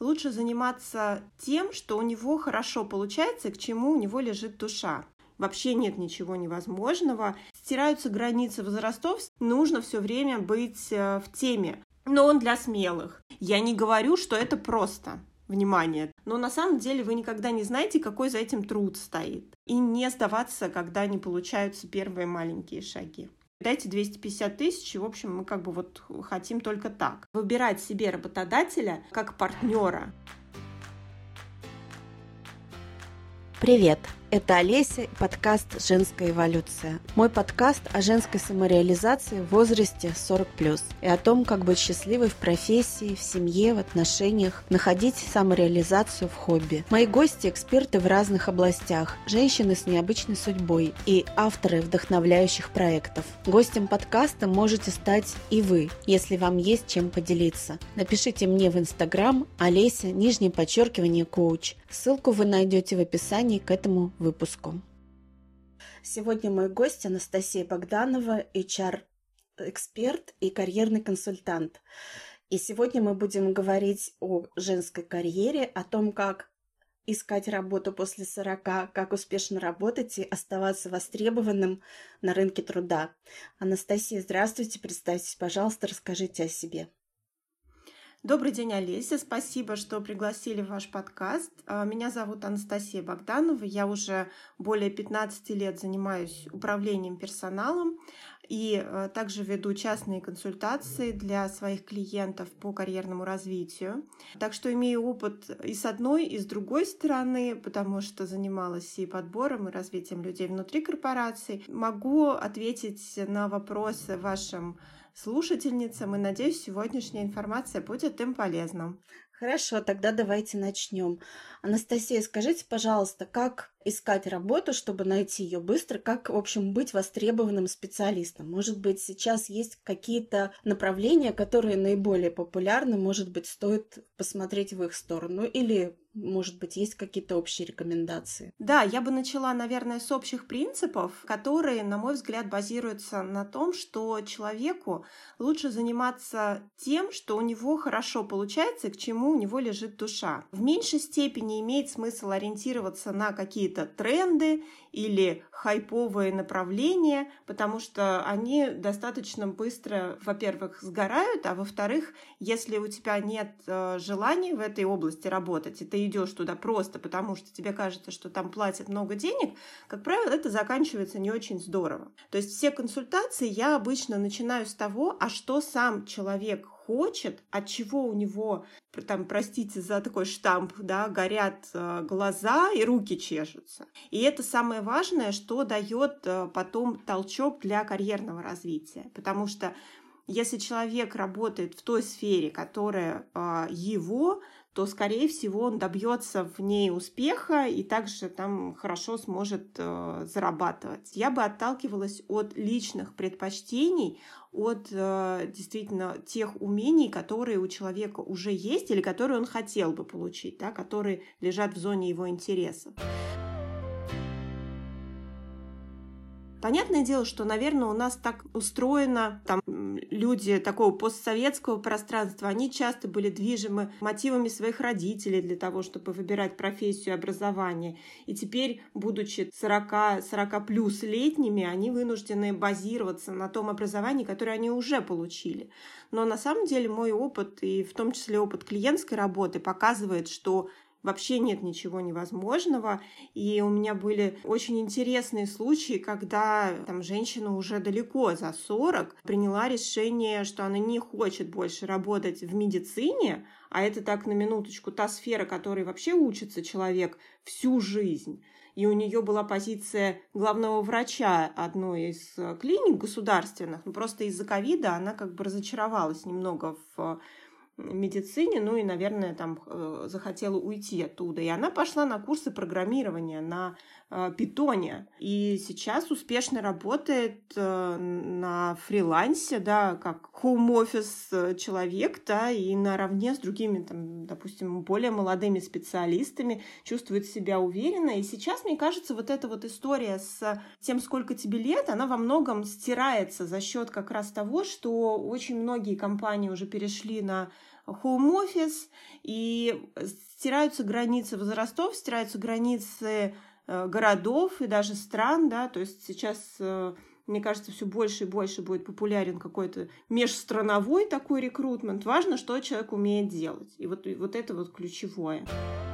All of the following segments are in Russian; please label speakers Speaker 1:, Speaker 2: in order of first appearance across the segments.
Speaker 1: лучше заниматься тем, что у него хорошо получается и к чему у него лежит душа. Вообще нет ничего невозможного. Стираются границы возрастов, нужно все время быть в теме. Но он для смелых. Я не говорю, что это просто. Внимание. Но на самом деле вы никогда не знаете, какой за этим труд стоит. И не сдаваться, когда не получаются первые маленькие шаги. Дайте 250 тысяч, и, в общем, мы хотим только так. Выбирать себе работодателя как партнера.
Speaker 2: Привет! Это Олеся и подкаст «Женская эволюция». Мой подкаст о женской самореализации в возрасте 40+, и о том, как быть счастливой в профессии, в семье, в отношениях, находить самореализацию в хобби. Мои гости – эксперты в разных областях, женщины с необычной судьбой и авторы вдохновляющих проектов. Гостем подкаста можете стать и вы, если вам есть чем поделиться. Напишите мне в Инстаграм Олеся, _коуч. Ссылку вы найдете в описании к этому выпуску. Сегодня мой гость Анастасия Богданова, HR-эксперт и карьерный консультант. И сегодня мы будем говорить о женской карьере, о том, как искать работу после 40, как успешно работать и оставаться востребованным на рынке труда. Анастасия, здравствуйте, представьтесь, пожалуйста, расскажите о себе.
Speaker 1: Добрый день, Олеся. Спасибо, что пригласили в ваш подкаст. Меня зовут Анастасия Богданова. Я уже более 15 лет занимаюсь управлением персоналом и также веду частные консультации для своих клиентов по карьерному развитию. Так что имею опыт и с одной, и с другой стороны, потому что занималась и подбором, и развитием людей внутри корпораций. Могу ответить на вопросы вашим слушательницам, и надеюсь, сегодняшняя информация будет им полезна.
Speaker 2: Хорошо, тогда давайте начнем. Анастасия, скажите, пожалуйста, как искать работу, чтобы найти ее быстро, как, в общем, быть востребованным специалистом? Может быть, сейчас есть какие-то направления, которые наиболее популярны, может быть, стоит посмотреть в их сторону, или, может быть, есть какие-то общие рекомендации?
Speaker 1: Да, я бы начала, наверное, с общих принципов, которые, на мой взгляд, базируются на том, что человеку лучше заниматься тем, что у него хорошо получается и к чему у него лежит душа. В меньшей степени имеет смысл ориентироваться на какие-то тренды или хайповые направления, потому что они достаточно быстро, во-первых, сгорают, а во-вторых, если у тебя нет желания в этой области работать, и ты идешь туда просто потому, что тебе кажется, что там платят много денег, как правило, это заканчивается не очень здорово. То есть все консультации я обычно начинаю с того, а что сам человек хочет, от чего у него, там, простите за такой штамп, да, горят глаза и руки чешутся. И это самое важное, что дает потом толчок для карьерного развития. Потому что если человек работает в той сфере, которая его, то, скорее всего, он добьется в ней успеха и также там хорошо сможет зарабатывать. Я бы отталкивалась от личных предпочтений, от действительно тех умений, которые у человека уже есть или которые он хотел бы получить, да, которые лежат в зоне его интересов. Понятное дело, что, наверное, у нас так устроено, там люди такого постсоветского пространства, они часто были движимы мотивами своих родителей для того, чтобы выбирать профессию и образование. И теперь, будучи 40 плюс летними, они вынуждены базироваться на том образовании, которое они уже получили. Но на самом деле мой опыт, и в том числе опыт клиентской работы, показывает, что вообще нет ничего невозможного. И у меня были очень интересные случаи, когда там женщина уже далеко за 40 приняла решение, что она не хочет больше работать в медицине, а это так на минуточку та сфера, которой вообще учится человек всю жизнь. И у нее была позиция главного врача одной из клиник государственных. Но просто из-за ковида она как бы разочаровалась немного в медицине, ну и, наверное, там захотела уйти оттуда. И она пошла на курсы программирования на питоне. И сейчас успешно работает на фрилансе, да, как хоум-офис человек, да, и наравне с другими, там, допустим, более молодыми специалистами чувствует себя уверенно. И сейчас, мне кажется, вот эта вот история с тем, сколько тебе лет, она во многом стирается за счет как раз того, что очень многие компании уже перешли на хоум-офис, и стираются границы возрастов, стираются границы городов и даже стран, да, то есть сейчас, мне кажется, все больше и больше будет популярен какой-то межстрановой такой рекрутмент. Важно, что человек умеет делать, и вот это вот ключевое.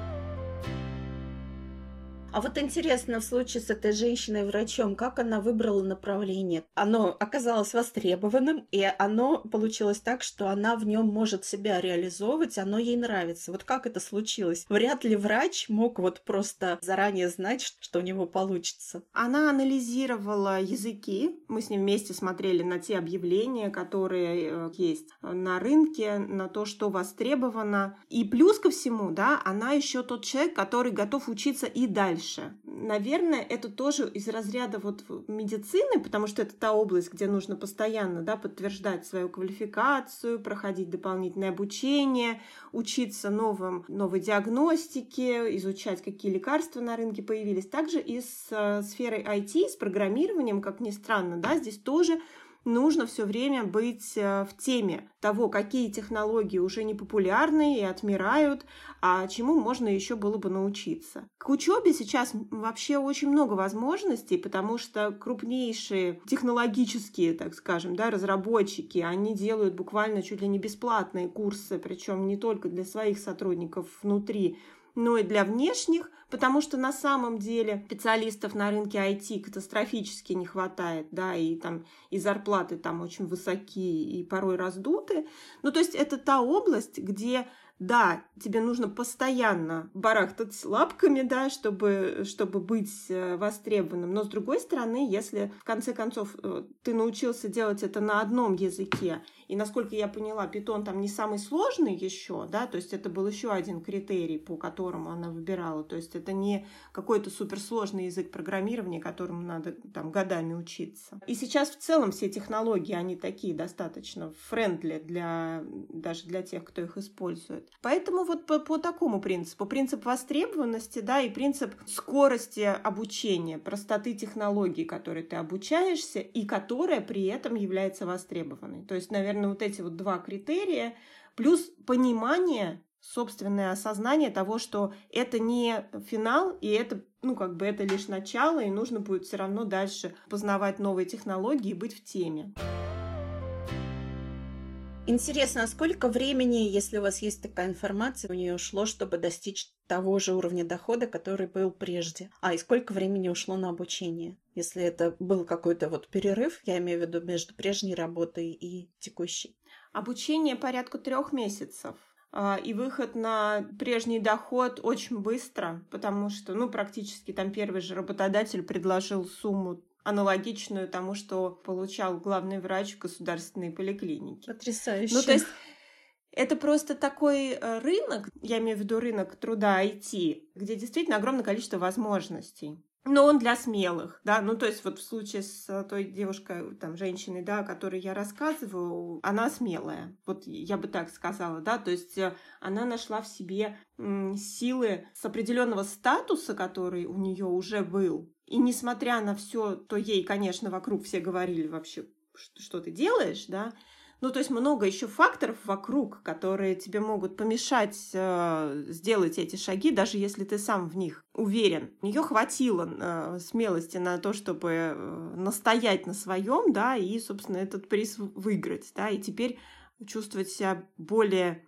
Speaker 2: А вот интересно, в случае с этой женщиной-врачом, как она выбрала направление? Оно оказалось востребованным, и оно получилось так, что она в нем может себя реализовывать, оно ей нравится. Вот как это случилось? Вряд ли врач мог вот просто заранее знать, что у него получится.
Speaker 1: Она анализировала языки, мы с ней вместе смотрели на те объявления, которые есть на рынке, на то, что востребовано. И плюс ко всему, да, она еще тот человек, который готов учиться и дальше. Наверное, это тоже из разряда вот медицины, потому что это та область, где нужно постоянно, да, подтверждать свою квалификацию, проходить дополнительное обучение, учиться новой диагностике, изучать, какие лекарства на рынке появились. Также и с сферой IT, с программированием, как ни странно, да, здесь тоже нужно все время быть в теме того, какие технологии уже не популярны и отмирают, а чему можно еще было бы научиться. К учебе сейчас вообще очень много возможностей, потому что крупнейшие технологические, так скажем, да, разработчики, они делают буквально чуть ли не бесплатные курсы, причем не только для своих сотрудников внутри, но и для внешних, потому что на самом деле специалистов на рынке IT катастрофически не хватает, да, и зарплаты там очень высокие и порой раздуты. Ну, то есть это та область, где, да, тебе нужно постоянно барахтать лапками, да, чтобы быть востребованным. Но, с другой стороны, если, в конце концов, ты научился делать это на одном языке, и, насколько я поняла, Python там не самый сложный еще, да, то есть это был еще один критерий, по которому она выбирала. То есть это не какой-то суперсложный язык программирования, которому надо там годами учиться. И сейчас в целом все технологии, они такие достаточно френдли даже для тех, кто их использует. Поэтому вот по такому принципу. Принцип востребованности, да, и принцип скорости обучения, простоты технологий, которой ты обучаешься, и которая при этом является востребованной. То есть, наверное, вот эти вот два критерия, плюс понимание, собственное осознание того, что это не финал, и это, это лишь начало, и нужно будет все равно дальше познавать новые технологии и быть в теме.
Speaker 2: Интересно, а сколько времени, если у вас есть такая информация, у нее ушло, чтобы достичь того же уровня дохода, который был прежде? И сколько времени ушло на обучение? Если это был какой-то вот перерыв, я имею в виду между прежней работой и текущей.
Speaker 1: Обучение порядка 3 месяцев. И выход на прежний доход очень быстро, потому что, практически там первый же работодатель предложил сумму аналогичную тому, что получал главный врач в государственной поликлинике.
Speaker 2: Потрясающе.
Speaker 1: То есть это просто такой рынок, я имею в виду рынок труда IT, где действительно огромное количество возможностей. Но он для смелых, да, то есть вот в случае с той девушкой, женщиной, да, о которой я рассказываю, она смелая, вот я бы так сказала, да, то есть она нашла в себе силы с определенного статуса, который у нее уже был, и несмотря на все, то ей, конечно, вокруг все говорили вообще, что ты делаешь, да, то есть много еще факторов вокруг, которые тебе могут помешать сделать эти шаги, даже если ты сам в них уверен. У нее хватило смелости на то, чтобы настоять на своем, да, и, собственно, этот приз выиграть, да, и теперь чувствовать себя более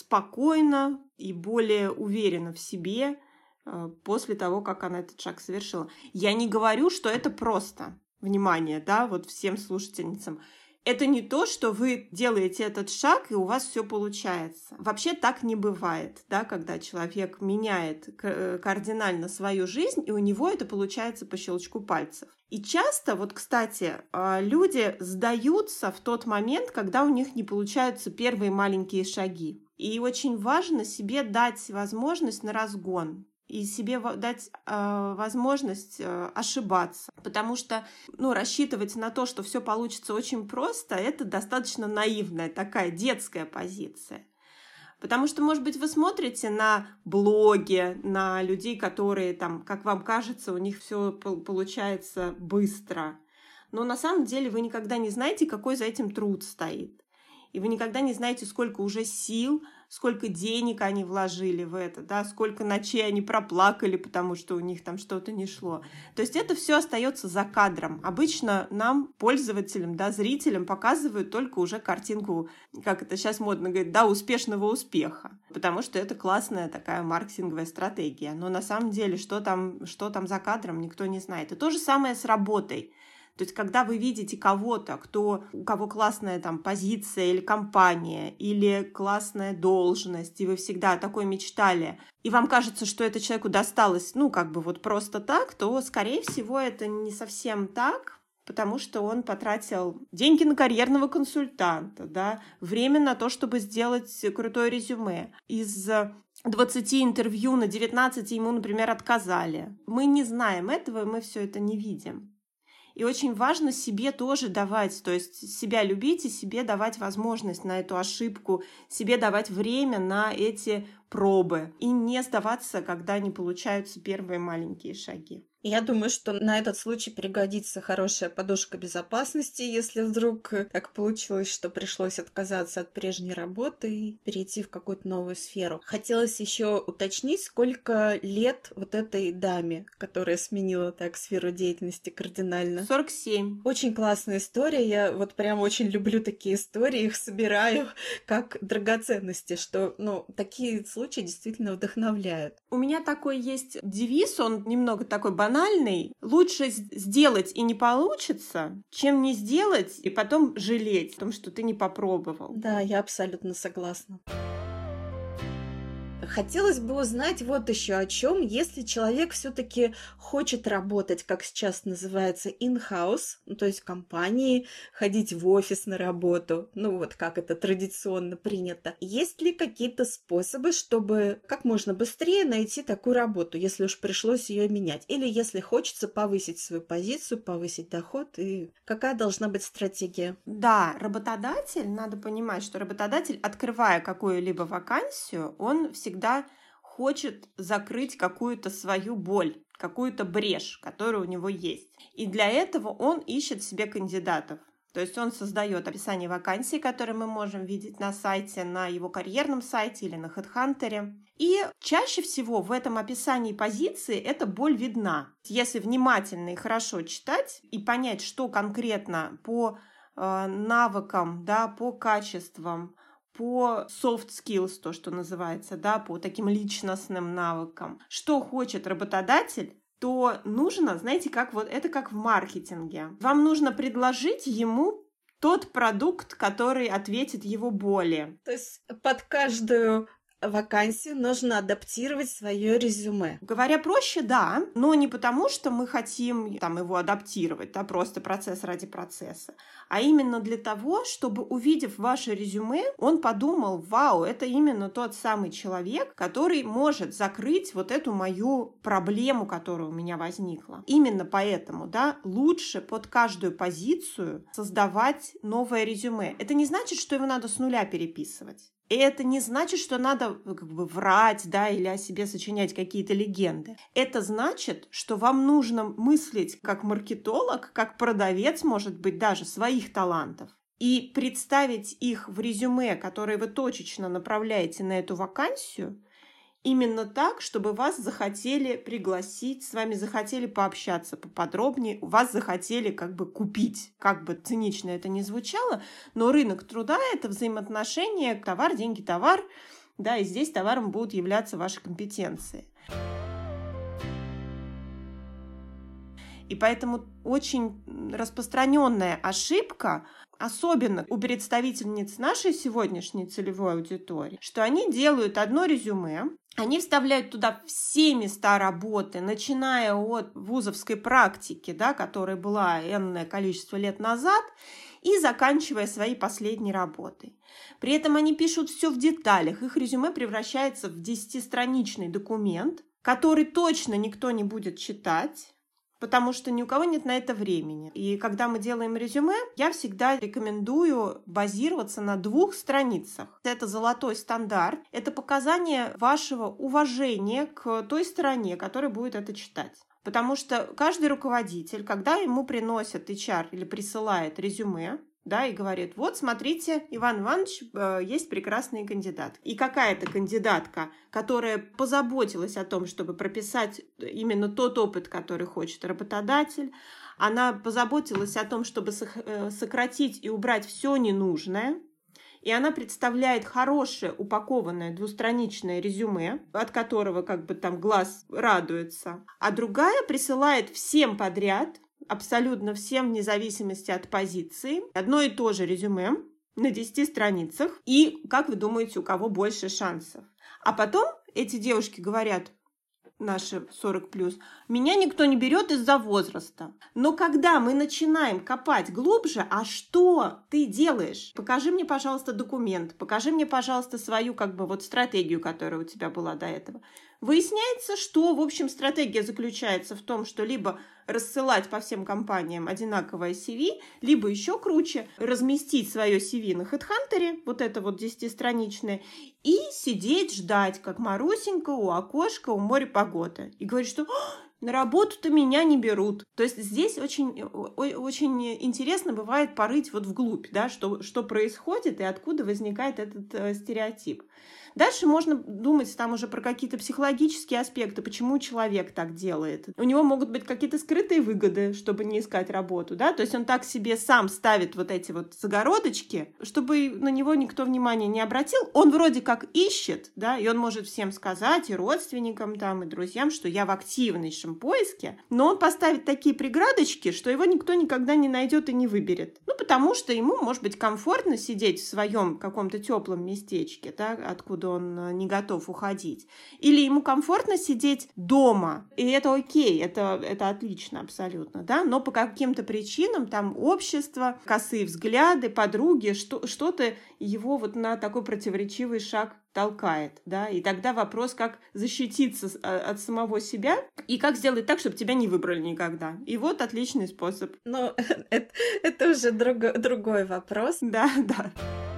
Speaker 1: спокойно и более уверенно в себе после того, как она этот шаг совершила. Я не говорю, что это просто. Внимание, да, вот всем слушательницам. Это не то, что вы делаете этот шаг, и у вас все получается. Вообще так не бывает, да, когда человек меняет кардинально свою жизнь, и у него это получается по щелчку пальцев. И часто, кстати, люди сдаются в тот момент, когда у них не получаются первые маленькие шаги. И очень важно себе дать возможность на разгон. И себе дать возможность ошибаться. Потому что рассчитывать на то, что все получится очень просто, это достаточно наивная, такая детская позиция. Потому что, может быть, вы смотрите на блоги, на людей, которые, как вам кажется, у них все получается быстро. Но на самом деле вы никогда не знаете, какой за этим труд стоит. И вы никогда не знаете, сколько уже сил, сколько денег они вложили в это, да, сколько ночей они проплакали, потому что у них там что-то не шло. То есть это все остается за кадром. Обычно нам, пользователям, да, зрителям, показывают только уже картинку, как это сейчас модно говорить, да, успешного успеха, потому что это классная такая маркетинговая стратегия. Но на самом деле, что там за кадром, никто не знает. И то же самое с работой. То есть, когда вы видите кого-то, у кого классная там позиция или компания, или классная должность, и вы всегда о такой мечтали, и вам кажется, что это человеку досталось, вот просто так, то, скорее всего, это не совсем так, потому что он потратил деньги на карьерного консультанта, да, время на то, чтобы сделать крутое резюме. Из 20 интервью на 19 ему, например, отказали. Мы не знаем этого, и мы все это не видим. И очень важно себе тоже давать, то есть себя любить и себе давать возможность на эту ошибку, себе давать время на эти пробы и не сдаваться, когда не получаются первые маленькие шаги.
Speaker 2: Я думаю, что на этот случай пригодится хорошая подушка безопасности, если вдруг так получилось, что пришлось отказаться от прежней работы и перейти в какую-то новую сферу. Хотелось еще уточнить, сколько лет вот этой даме, которая сменила так сферу деятельности кардинально.
Speaker 1: 47.
Speaker 2: Очень классная история. Я вот прям очень люблю такие истории, их собираю как драгоценности, что, такие случаи действительно вдохновляют.
Speaker 1: У меня такой есть девиз, он немного такой банальный. Лучше сделать и не получится, чем не сделать и потом жалеть о том, что ты не попробовал.
Speaker 2: Да, я абсолютно согласна. Хотелось бы узнать вот еще о чем, если человек все-таки хочет работать, как сейчас называется, in-house, то есть в компании, ходить в офис на работу, как это традиционно принято. Есть ли какие-то способы, чтобы как можно быстрее найти такую работу, если уж пришлось ее менять? Или если хочется повысить свою позицию, повысить доход, и какая должна быть стратегия?
Speaker 1: Да, надо понимать, что работодатель, открывая какую-либо вакансию, он всегда хочет закрыть какую-то свою боль, какую-то брешь, которая у него есть. И для этого он ищет себе кандидатов. То есть он создает описание вакансии, которые мы можем видеть на сайте, на его карьерном сайте или на HeadHunter. И чаще всего в этом описании позиции эта боль видна. Если внимательно и хорошо читать и понять, что конкретно по навыкам, да, по качествам, по soft skills, то, что называется, да, по таким личностным навыкам, что хочет работодатель, то нужно, знаете, как в маркетинге. Вам нужно предложить ему тот продукт, который ответит его боли.
Speaker 2: То есть под каждую вакансию нужно адаптировать свое резюме.
Speaker 1: Говоря проще, да, но не потому, что мы хотим его адаптировать, да, просто процесс ради процесса, а именно для того, чтобы, увидев ваше резюме, он подумал: вау, это именно тот самый человек, который может закрыть вот эту мою проблему, которая у меня возникла. Именно поэтому, да, лучше под каждую позицию создавать новое резюме. Это не значит, что его надо с нуля переписывать. И это не значит, что надо врать, да, или о себе сочинять какие-то легенды. Это значит, что вам нужно мыслить как маркетолог, как продавец, может быть, даже своих талантов. И представить их в резюме, которое вы точечно направляете на эту вакансию, именно так, чтобы вас захотели пригласить, с вами захотели пообщаться поподробнее, вас захотели купить. Как бы цинично это ни звучало, но рынок труда – это взаимоотношения товар, деньги, товар, да, и здесь товаром будут являться ваши компетенции. И поэтому очень распространенная ошибка, особенно у представительниц нашей сегодняшней целевой аудитории, что они делают одно резюме, они вставляют туда все места работы, начиная от вузовской практики, да, которая была энное количество лет назад, и заканчивая своей последней работой. При этом они пишут все в деталях, их резюме превращается в 10-страничный документ, который точно никто не будет читать, потому что ни у кого нет на это времени. И когда мы делаем резюме, я всегда рекомендую базироваться на 2 страницах. Это золотой стандарт, это показание вашего уважения к той стороне, которая будет это читать. Потому что каждый руководитель, когда ему приносят HR или присылает резюме, да, и говорит: вот, смотрите, Иван Иванович, есть прекрасный кандидат. И какая-то кандидатка, которая позаботилась о том, чтобы прописать именно тот опыт, который хочет работодатель, она позаботилась о том, чтобы сократить и убрать все ненужное, и она представляет хорошее упакованное двустраничное резюме, от которого как бы там глаз радуется, а другая присылает всем подряд, абсолютно всем, вне зависимости от позиции, одно и то же резюме на 10 страницах. И как вы думаете, у кого больше шансов? А потом эти девушки говорят, наши 40+, меня никто не берет из-за возраста. Но когда мы начинаем копать глубже, а что ты делаешь? Покажи мне, пожалуйста, документ, покажи мне, пожалуйста, свою как бы вот стратегию, которая у тебя была до этого. Выясняется, что, в общем, стратегия заключается в том, что либо рассылать по всем компаниям одинаковое CV, либо еще круче разместить свое CV на HeadHunter, вот это вот 10-страничное, и сидеть ждать, как Марусенька у окошка, у моря погода. И говорить, что на работу-то меня не берут. То есть здесь очень интересно бывает порыть вот вглубь, да, что происходит и откуда возникает этот стереотип. Дальше можно думать там уже про какие-то психологические аспекты, почему человек так делает. У него могут быть какие-то скрытые выгоды, чтобы не искать работу, да, то есть он так себе сам ставит вот эти вот загородочки, чтобы на него никто внимания не обратил. Он вроде как ищет, да, и он может всем сказать, и родственникам там, и друзьям, что я в активнейшем поиске, но он поставит такие преградочки, что его никто никогда не найдет и не выберет. Ну, потому что ему, может быть, комфортно сидеть в своем каком-то теплом местечке, да, откуда он не готов уходить. Или ему комфортно сидеть дома, и это окей, это отлично абсолютно, да, но по каким-то причинам там общество, косые взгляды, подруги, что-то его вот на такой противоречивый шаг толкает, да, и тогда вопрос, как защититься от самого себя и как сделать так, чтобы тебя не выбрали никогда. И вот отличный способ.
Speaker 2: Но это уже другой вопрос.
Speaker 1: Да, да.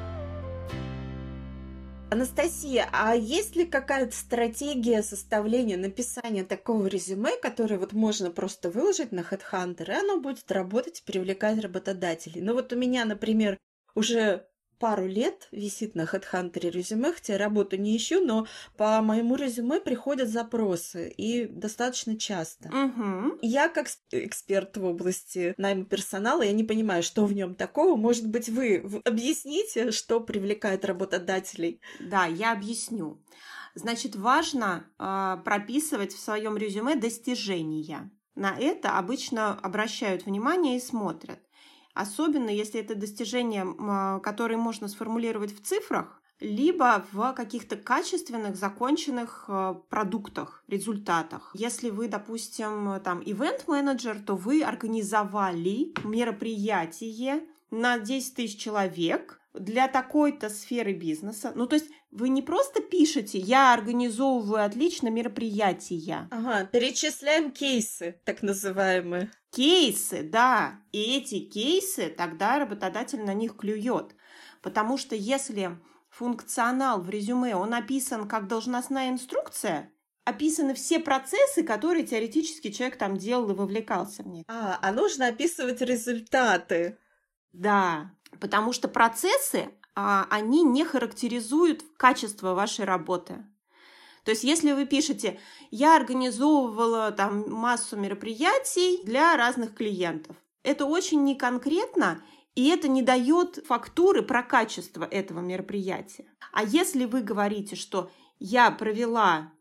Speaker 2: Анастасия, а есть ли какая-то стратегия составления, написания такого резюме, которое вот можно просто выложить на HeadHunter, и оно будет работать и привлекать работодателей? Ну вот у меня, например, уже пару лет висит на HeadHunter резюме, хотя я работу не ищу, но по моему резюме приходят запросы, и достаточно часто.
Speaker 1: Угу.
Speaker 2: Я, как эксперт в области найма персонала, я не понимаю, что в нем такого. Может быть, вы объясните, что привлекает работодателей?
Speaker 1: Да, я объясню. Значит, важно прописывать в своем резюме достижения. На это обычно обращают внимание и смотрят. Особенно, если это достижения, которые можно сформулировать в цифрах, либо в каких-то качественных, законченных продуктах, результатах. Если вы, допустим, там ивент-менеджер, то вы организовали мероприятие на 10 тысяч человек для такой-то сферы бизнеса. Ну, то есть вы не просто пишете «я организовываю отлично мероприятия».
Speaker 2: Ага, перечисляем кейсы, так называемые.
Speaker 1: Кейсы, да. И эти кейсы, тогда работодатель на них клюет. Потому что если функционал в резюме, он описан как должностная инструкция, описаны все процессы, которые теоретически человек там делал и вовлекался в них.
Speaker 2: А нужно описывать результаты.
Speaker 1: Да, потому что процессы, они не характеризуют качество вашей работы. То есть, если вы пишете, я организовывала там массу мероприятий для разных клиентов, это очень неконкретно, и это не дает фактуры про качество этого мероприятия. А если вы говорите, что я провела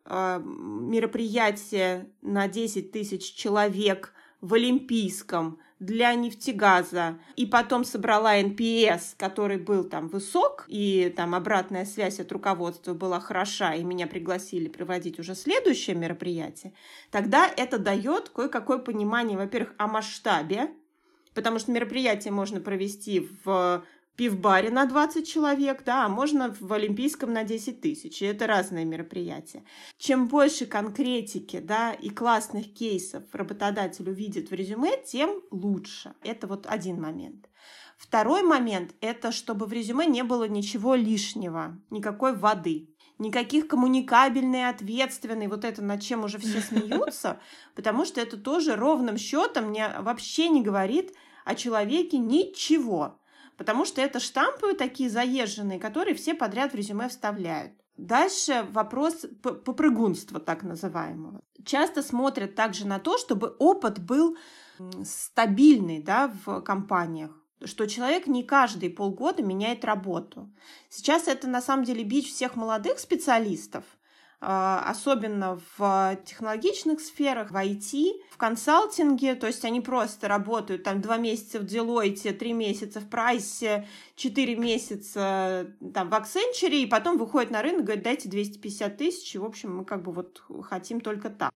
Speaker 1: мероприятие на 10 тысяч человек в Олимпийском для нефтегаза, и потом собрала NPS, который был там высок, и там обратная связь от руководства была хороша, и меня пригласили проводить уже следующее мероприятие, тогда это дает кое-какое понимание, во-первых, о масштабе, потому что мероприятие можно провести в пивбаре на 20 человек, да, а можно в Олимпийском на 10 тысяч, и это разные мероприятия. Чем больше конкретики, да, и классных кейсов работодатель увидит в резюме, тем лучше. Это вот один момент. Второй момент – это чтобы в резюме не было ничего лишнего, никакой воды. Никаких коммуникабельный, ответственный, вот это, над чем уже все смеются, потому что это тоже ровным счетом вообще не говорит о человеке ничего. потому что это штампы такие заезженные, которые все подряд в резюме вставляют. Дальше вопрос попрыгунства, так называемого. Часто смотрят также на то, чтобы опыт был стабильный, да, в компаниях, что человек не каждые полгода меняет работу. Сейчас это на самом деле бич всех молодых специалистов, особенно в технологичных сферах, в IT, в консалтинге, то есть они просто работают там 2 месяца в Deloitte, 3 месяца в Прайсе, 4 месяца там в Accenture, и потом выходят на рынок и говорят, дайте 250 тысяч, и, в общем, мы как бы вот хотим только так.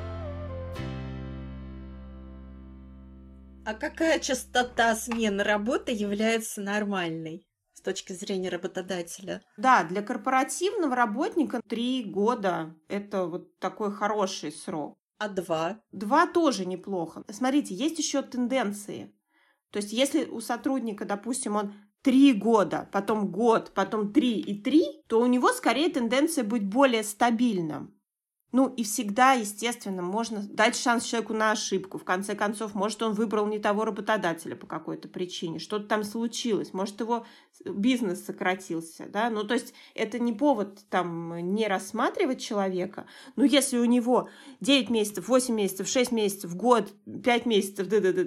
Speaker 2: А какая частота смены работы является нормальной с точки зрения работодателя?
Speaker 1: Да, для корпоративного работника 3 года – это вот такой хороший срок.
Speaker 2: А 2?
Speaker 1: 2 тоже неплохо. Смотрите, есть еще тенденции. То есть если у сотрудника, допустим, он 3 года, потом год, потом 3 и 3, то у него скорее тенденция быть более стабильным. Ну и всегда, естественно, можно дать шанс человеку на ошибку. В конце концов, может, он выбрал не того работодателя по какой-то причине, что-то там случилось, может, его бизнес сократился, да, ну то есть это не повод там не рассматривать человека, но если у него 9 месяцев, 8 месяцев, 6 месяцев, год, 5 месяцев,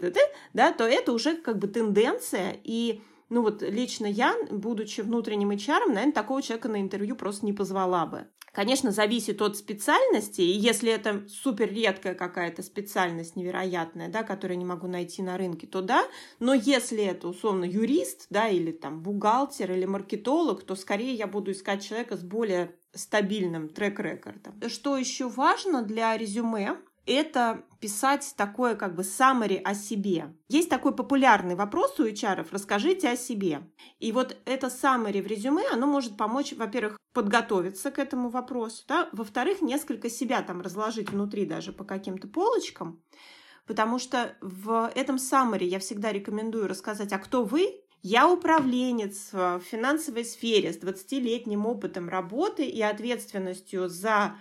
Speaker 1: да, то это уже как бы тенденция, и ну вот лично я, будучи внутренним HR, наверное, такого человека на интервью просто не позвала бы. Конечно, зависит от специальности, и если это супер редкая какая-то специальность невероятная, да, которую я не могу найти на рынке, то да, но если это условно юрист, да, или там бухгалтер, или маркетолог, то скорее я буду искать человека с более стабильным трек-рекордом. Что еще важно для резюме? Это писать такое как бы summary о себе. Есть такой популярный вопрос у HR: расскажите о себе. И вот это summary в резюме, оно может помочь, во-первых, подготовиться к этому вопросу, да? Во-вторых, несколько себя там разложить внутри даже по каким-то полочкам, потому что в этом summary я всегда рекомендую рассказать, а кто вы? Я управленец в финансовой сфере с 20-летним опытом работы и ответственностью за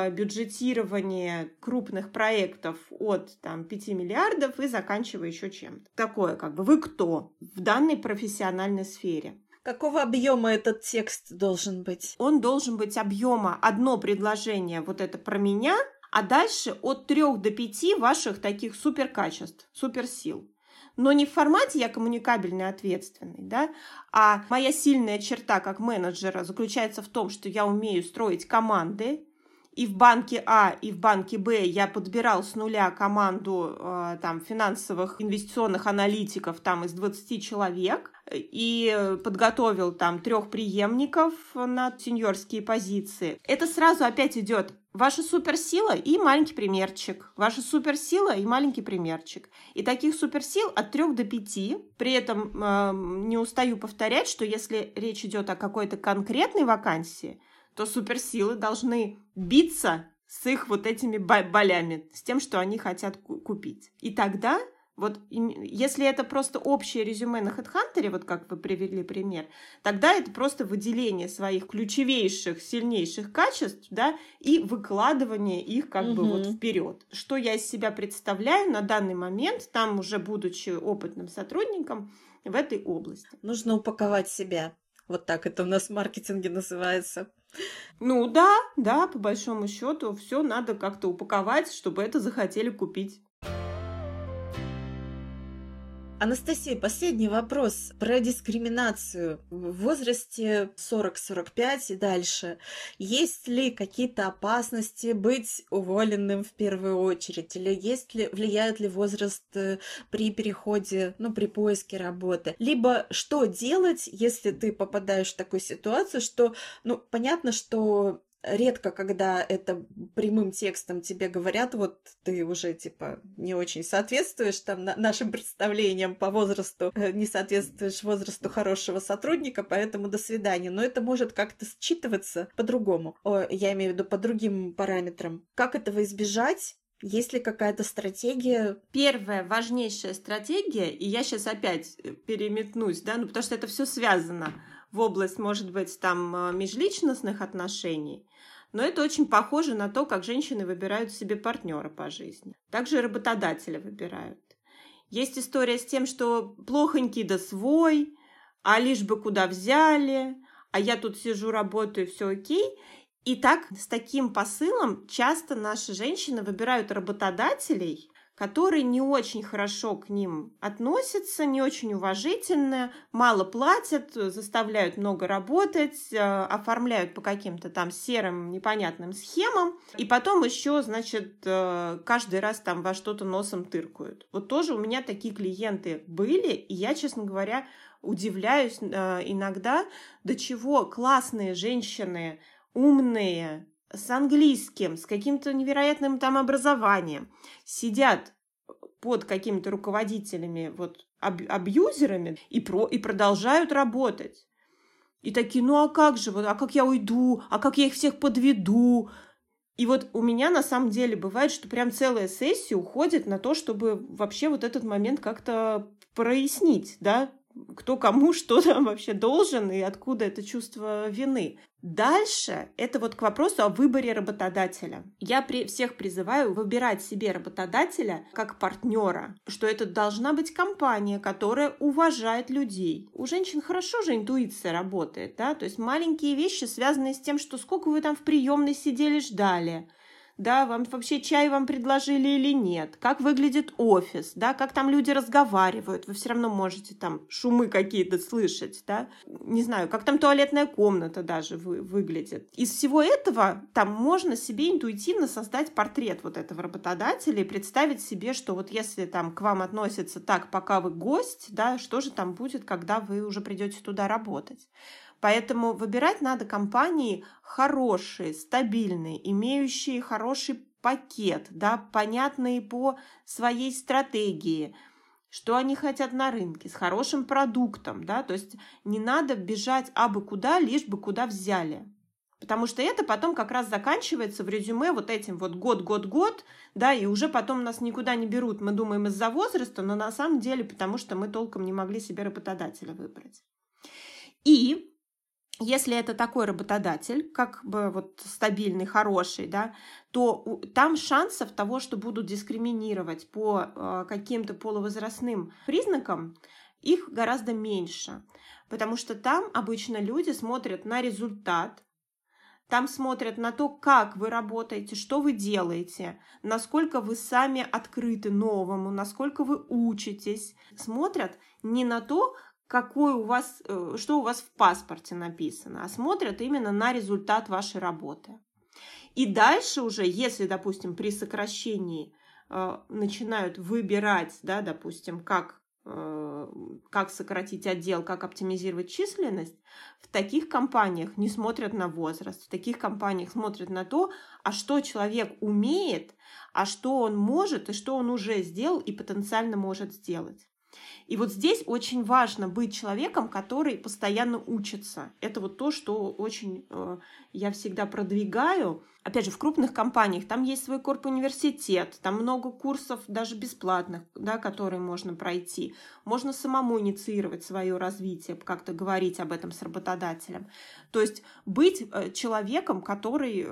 Speaker 1: бюджетирование крупных проектов от там, 5 миллиардов и заканчивая еще чем-то. Такое как бы вы кто в данной профессиональной сфере.
Speaker 2: Какого объема этот текст должен быть?
Speaker 1: Он должен быть объема одно предложение, вот это про меня, а дальше от 3 до 5 ваших таких суперкачеств, суперсил. Но не в формате «я коммуникабельный, ответственный», да, а моя сильная черта как менеджера заключается в том, что я умею строить команды. И в банке А, и в банке Б я подбирал с нуля команду там, финансовых инвестиционных аналитиков там, из 20 человек и подготовил там 3 преемников на сеньорские позиции. Это сразу опять идет ваша суперсила и маленький примерчик. Ваша суперсила и маленький примерчик. И таких суперсил от 3 до 5. При этом не устаю повторять, что если речь идет о какой-то конкретной вакансии, то суперсилы должны биться с их вот этими болями, с тем, что они хотят купить. И тогда, вот если это просто общее резюме на HeadHunter, вот как вы привели пример, тогда это просто выделение своих ключевейших, сильнейших качеств, да, и выкладывание их как бы вот вперед. Что я из себя представляю на данный момент, там уже будучи опытным сотрудником в этой области.
Speaker 2: Нужно упаковать себя. Вот так это у нас в маркетинге называется.
Speaker 1: Ну да, по большому счету, все надо как-то упаковать, чтобы это захотели купить.
Speaker 2: Анастасия, последний вопрос про дискриминацию в возрасте 40-45 и дальше. Есть ли какие-то опасности быть уволенным в первую очередь? Или влияет ли возраст при переходе, при поиске работы? Либо что делать, если ты попадаешь в такую ситуацию, что, понятно, что редко, когда это прямым текстом тебе говорят, вот ты уже, не очень соответствуешь там нашим представлениям по возрасту, не соответствуешь возрасту хорошего сотрудника, поэтому до свидания. Но это может как-то считываться по-другому. Я имею в виду по другим параметрам. Как этого избежать? Есть ли какая-то стратегия?
Speaker 1: Первая важнейшая стратегия, и я сейчас опять переметнусь, да, потому что это все связано в область, может быть, там межличностных отношений, но это очень похоже на то, как женщины выбирают себе партнера по жизни. Также и работодателя выбирают. Есть история с тем, что плохонький да свой, а лишь бы куда взяли, а я тут сижу, работаю, все окей. И так, с таким посылом часто наши женщины выбирают работодателей, которые не очень хорошо к ним относятся, не очень уважительно, мало платят, заставляют много работать, оформляют по каким-то там серым непонятным схемам, и потом еще, значит, каждый раз там во что-то носом тыркают. Вот тоже у меня такие клиенты были, и я, честно говоря, удивляюсь иногда, до чего классные женщины, умные, с английским, с каким-то невероятным там образованием, сидят под какими-то руководителями, вот абьюзерами и продолжают работать. И такие, ну а как же, вот, а как я уйду, а как я их всех подведу? И вот у меня на самом деле бывает, что прям целая сессия уходит на то, чтобы вообще вот этот момент как-то прояснить, да, кто кому что там вообще должен и откуда это чувство вины. Дальше это вот к вопросу о выборе работодателя. Я всех призываю выбирать себе работодателя как партнера, что это должна быть компания, которая уважает людей. У женщин хорошо же интуиция работает, да, то есть маленькие вещи, связанные с тем, что сколько вы там в приемной сидели, ждали, да, вам вообще чай вам предложили или нет, как выглядит офис, да, как там люди разговаривают, вы все равно можете там шумы какие-то слышать, да, не знаю, как там туалетная комната даже выглядит. Из всего этого там можно себе интуитивно создать портрет вот этого работодателя и представить себе, что вот если там к вам относятся так, пока вы гость, да, что же там будет, когда вы уже придете туда работать. Поэтому выбирать надо компании хорошие, стабильные, имеющие хороший пакет, да, понятные по своей стратегии, что они хотят на рынке, с хорошим продуктом, да, то есть не надо бежать абы куда, лишь бы куда взяли. Потому что это потом как раз заканчивается в резюме вот этим вот год, да, и уже потом нас никуда не берут. Мы думаем из-за возраста, но на самом деле потому что мы толком не могли себе работодателя выбрать. И если это такой работодатель, как бы вот стабильный, хороший, да, то там шансов того, что будут дискриминировать по каким-то полувозрастным признакам, их гораздо меньше. Потому что там обычно люди смотрят на результат, там смотрят на то, как вы работаете, что вы делаете, насколько вы сами открыты новому, насколько вы учитесь. Смотрят не на то, что у вас в паспорте написано, а смотрят именно на результат вашей работы. И дальше уже, если, допустим, при сокращении начинают выбирать, да, допустим, как сократить отдел, как оптимизировать численность, в таких компаниях не смотрят на возраст, в таких компаниях смотрят на то, а что человек умеет, а что он может и что он уже сделал и потенциально может сделать. И вот здесь очень важно быть человеком, который постоянно учится. Это вот то, что очень я всегда продвигаю. Опять же, в крупных компаниях там есть свой корп-университет, там много курсов даже бесплатных, да, которые можно пройти. Можно самому инициировать свое развитие, как-то говорить об этом с работодателем. То есть быть человеком, который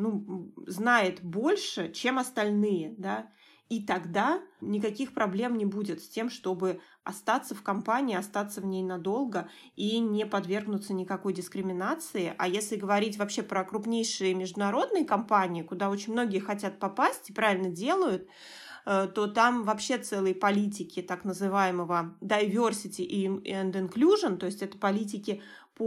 Speaker 1: знает больше, чем остальные, да. И тогда никаких проблем не будет с тем, чтобы остаться в компании, остаться в ней надолго и не подвергнуться никакой дискриминации. А если говорить вообще про крупнейшие международные компании, куда очень многие хотят попасть и правильно делают, то там вообще целые политики так называемого diversity and inclusion, то есть это политики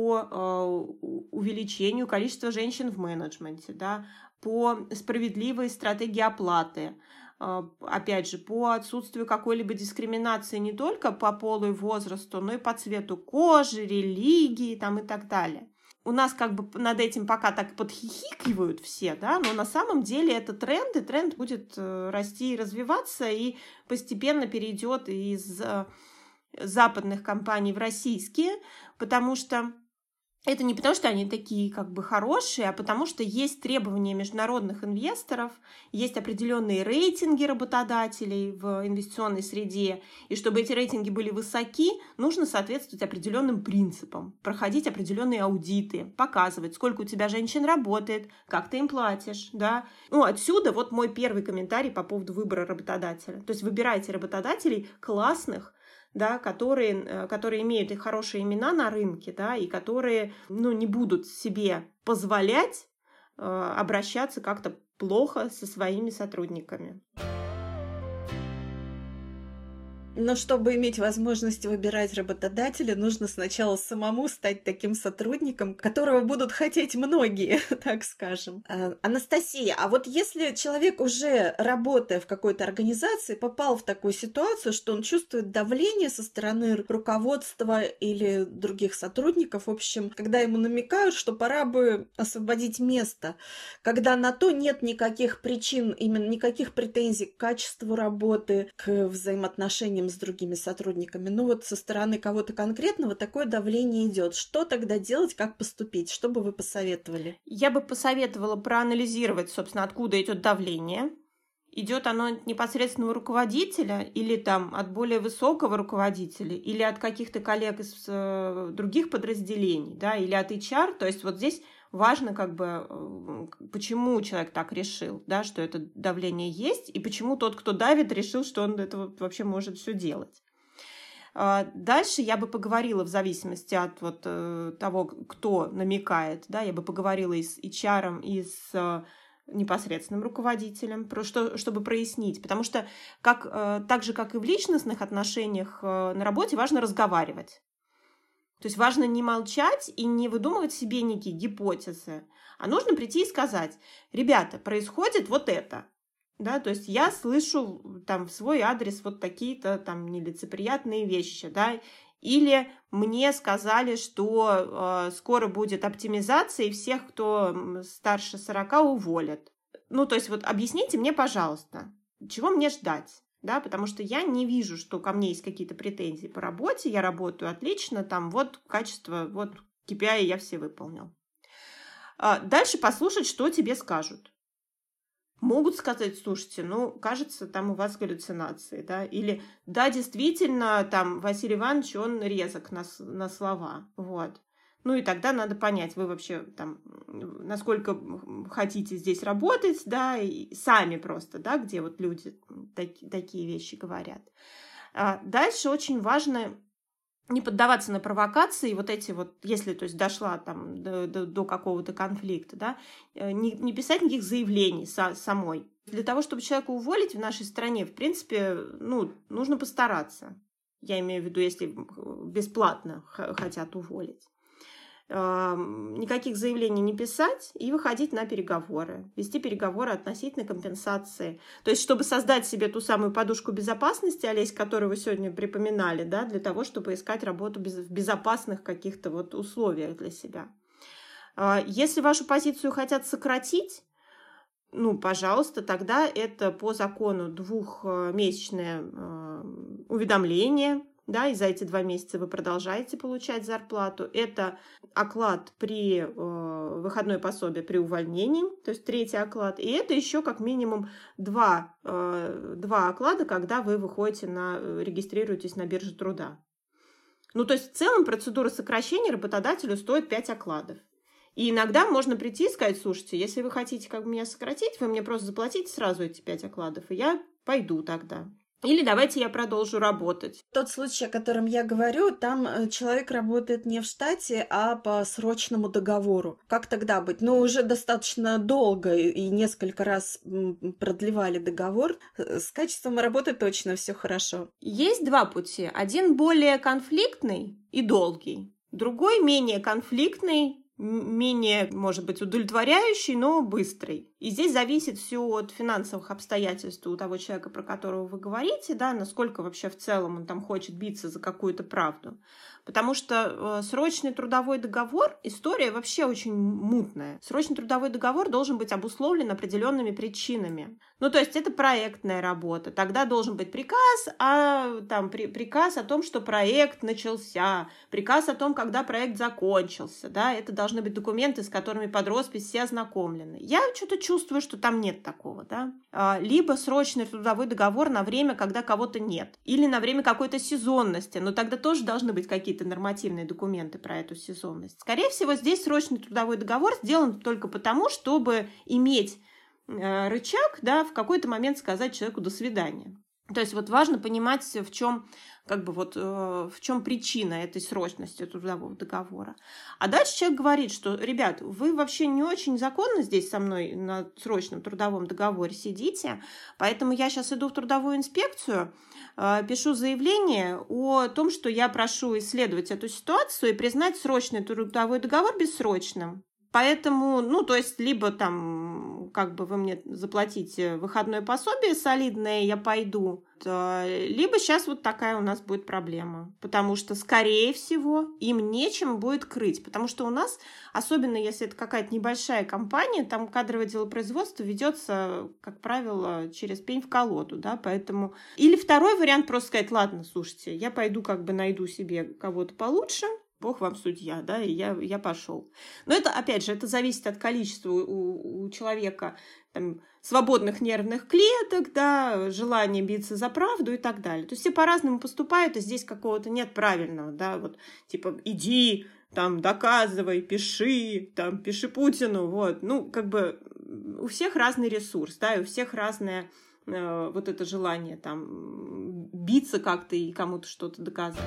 Speaker 1: по увеличению количества женщин в менеджменте, да, по справедливой стратегии оплаты, опять же, по отсутствию какой-либо дискриминации не только по полу и возрасту, но и по цвету кожи, религии там, и так далее. У нас как бы над этим пока так подхихикивают все, да, но на самом деле это тренд, и тренд будет расти и развиваться, и постепенно перейдет из западных компаний в российские, потому что это не потому, что они такие как бы хорошие, а потому что есть требования международных инвесторов, есть определенные рейтинги работодателей в инвестиционной среде, и чтобы эти рейтинги были высоки, нужно соответствовать определенным принципам, проходить определенные аудиты, показывать, сколько у тебя женщин работает, как ты им платишь, да. Отсюда вот мой первый комментарий по поводу выбора работодателя. То есть выбирайте работодателей классных, да, которые имеют и хорошие имена на рынке, да, и которые, не будут себе позволять обращаться как-то плохо со своими сотрудниками.
Speaker 2: Но чтобы иметь возможность выбирать работодателя, нужно сначала самому стать таким сотрудником, которого будут хотеть многие, так скажем. Анастасия, а вот если человек, уже работая в какой-то организации, попал в такую ситуацию, что он чувствует давление со стороны руководства или других сотрудников, в общем, когда ему намекают, что пора бы освободить место, когда на то нет никаких причин, именно никаких претензий к качеству работы, к взаимоотношениям с другими сотрудниками. Со стороны кого-то конкретного такое давление идет. Что тогда делать, как поступить? Что бы вы посоветовали?
Speaker 1: Я бы посоветовала проанализировать, собственно, откуда идет давление. Идет оно от непосредственного руководителя или там от более высокого руководителя, или от каких-то коллег из других подразделений, да, или от HR. То есть вот здесь важно, почему человек так решил, да, что это давление есть, и почему тот, кто давит, решил, что он это вообще может все делать. Дальше я бы поговорила в зависимости от того, кто намекает, да, я бы поговорила и с HR, и с непосредственным руководителем, чтобы прояснить. Потому что так же, как и в личностных отношениях на работе, важно разговаривать. То есть важно не молчать и не выдумывать себе некие гипотезы, а нужно прийти и сказать: ребята, происходит вот это. Да, то есть я слышу там в свой адрес вот такие-то там нелицеприятные вещи, да, или мне сказали, что скоро будет оптимизация, и всех, кто старше 40, уволят. То есть объясните мне, пожалуйста, чего мне ждать? Да, потому что я не вижу, что ко мне есть какие-то претензии по работе, я работаю отлично, там качество, KPI я все выполнил. Дальше послушать, что тебе скажут. Могут сказать: слушайте, кажется, там у вас галлюцинации, да, или да, действительно, там Василий Иванович, он резок на слова, вот. И тогда надо понять, вы вообще там, насколько хотите здесь работать, да, и сами просто, да, где люди такие вещи говорят. Дальше очень важно не поддаваться на провокации, если, то есть, дошла там до какого-то конфликта, да, не писать никаких заявлений самой. Для того, чтобы человека уволить в нашей стране, в принципе, нужно постараться. Я имею в виду, если бесплатно хотят уволить. Никаких заявлений не писать и выходить на переговоры, вести переговоры относительно компенсации. То есть, чтобы создать себе ту самую подушку безопасности, Олесь, которую вы сегодня припоминали, да, для того, чтобы искать работу в безопасных каких-то условиях для себя. Если вашу позицию хотят сократить, пожалуйста, тогда это по закону 2-месячное уведомление. Да, и за эти 2 месяца вы продолжаете получать зарплату. Это оклад при выходное пособие при увольнении, то есть 3-й оклад. И это еще как минимум 2 оклада, когда вы регистрируетесь на бирже труда. То есть в целом процедура сокращения работодателю стоит 5 окладов. И иногда можно прийти и сказать: слушайте, если вы хотите меня сократить, вы мне просто заплатите сразу эти 5 окладов, и я пойду тогда. Или давайте я продолжу работать.
Speaker 2: Тот случай, о котором я говорю, там человек работает не в штате, а по срочному договору. Как тогда быть? Уже достаточно долго и несколько раз продлевали договор. С качеством работы точно все хорошо.
Speaker 1: Есть 2 пути. Один более конфликтный и долгий. Другой менее конфликтный, менее, может быть, удовлетворяющий, но быстрый. И здесь зависит все от финансовых обстоятельств у того человека, про которого вы говорите, да, насколько вообще в целом он там хочет биться за какую-то правду. Потому что срочный трудовой договор – история вообще очень мутная. Срочный трудовой договор должен быть обусловлен определенными причинами. То есть это проектная работа. Тогда должен быть приказ о том, что проект начался, приказ о том, когда проект закончился. Да? Это должны быть документы, с которыми под роспись все ознакомлены. Я что-то чувствую, что там нет такого. Да? Либо срочный трудовой договор на время, когда кого-то нет. Или на время какой-то сезонности. Но тогда тоже должны быть какие-то нормативные документы про эту сезонность. Скорее всего, здесь срочный трудовой договор сделан только потому, чтобы иметь рычаг, да, в какой-то момент сказать человеку «до свидания». То есть вот важно понимать, в чем в чем причина этой срочности трудового договора. А дальше человек говорит, что, ребят, вы вообще не очень законно здесь со мной на срочном трудовом договоре сидите, поэтому я сейчас иду в трудовую инспекцию, пишу заявление о том, что я прошу исследовать эту ситуацию и признать срочный трудовой договор бессрочным. Поэтому, то есть, либо там, вы мне заплатите выходное пособие солидное, я пойду, либо сейчас вот такая у нас будет проблема. Потому что, скорее всего, им нечем будет крыть. Потому что у нас, особенно если это какая-то небольшая компания, там кадровое делопроизводство ведется, как правило, через пень в колоду, да, поэтому... Или второй вариант просто сказать, ладно, слушайте, я пойду найду себе кого-то получше, Бог вам судья, да, и я пошел. Но это, опять же, это зависит от количества у человека там, свободных нервных клеток, да, желания биться за правду и так далее. То есть все по-разному поступают, и здесь какого-то нет правильного, да, вот, типа, иди, там, доказывай, пиши Путину, вот. У всех разный ресурс, да, и у всех разное вот это желание, там, биться как-то и кому-то что-то доказывать.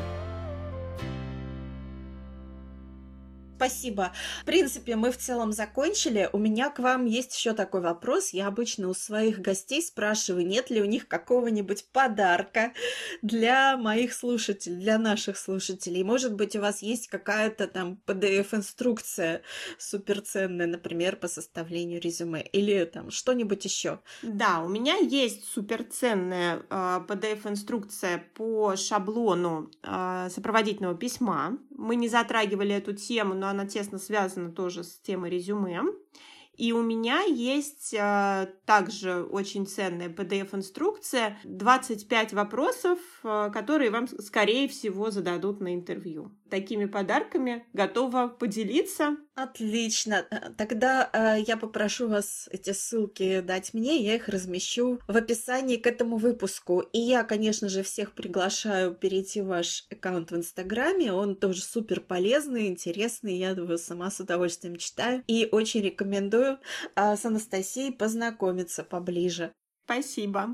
Speaker 2: Спасибо. В принципе, мы в целом закончили. У меня к вам есть еще такой вопрос. Я обычно у своих гостей спрашиваю, нет ли у них какого-нибудь подарка для моих слушателей, для наших слушателей. Может быть, у вас есть какая-то там PDF-инструкция суперценная, например, по составлению резюме или там что-нибудь еще.
Speaker 1: Да, у меня есть суперценная PDF-инструкция по шаблону сопроводительного письма. Мы не затрагивали эту тему, но она тесно связана тоже с темой резюме. И у меня есть также очень ценная PDF-инструкция 25 вопросов, которые вам, скорее всего, зададут на интервью. Такими подарками готова поделиться.
Speaker 2: Отлично. Тогда я попрошу вас эти ссылки дать мне, я их размещу в описании к этому выпуску. И я, конечно же, всех приглашаю перейти в ваш аккаунт в Инстаграме. Он тоже супер полезный, интересный. Я его сама с удовольствием читаю. И очень рекомендую с Анастасией познакомиться поближе.
Speaker 1: Спасибо.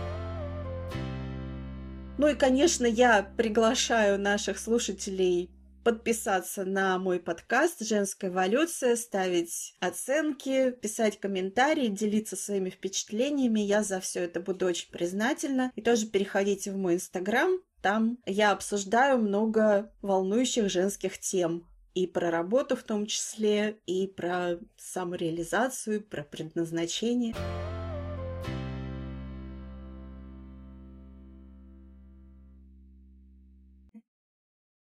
Speaker 2: Ну и, конечно, я приглашаю наших слушателей подписаться на мой подкаст «Женская эволюция», ставить оценки, писать комментарии, делиться своими впечатлениями. Я за все это буду очень признательна. И тоже переходите в мой Инстаграм. Там я обсуждаю много волнующих женских тем. И про работу в том числе, и про самореализацию, про предназначение.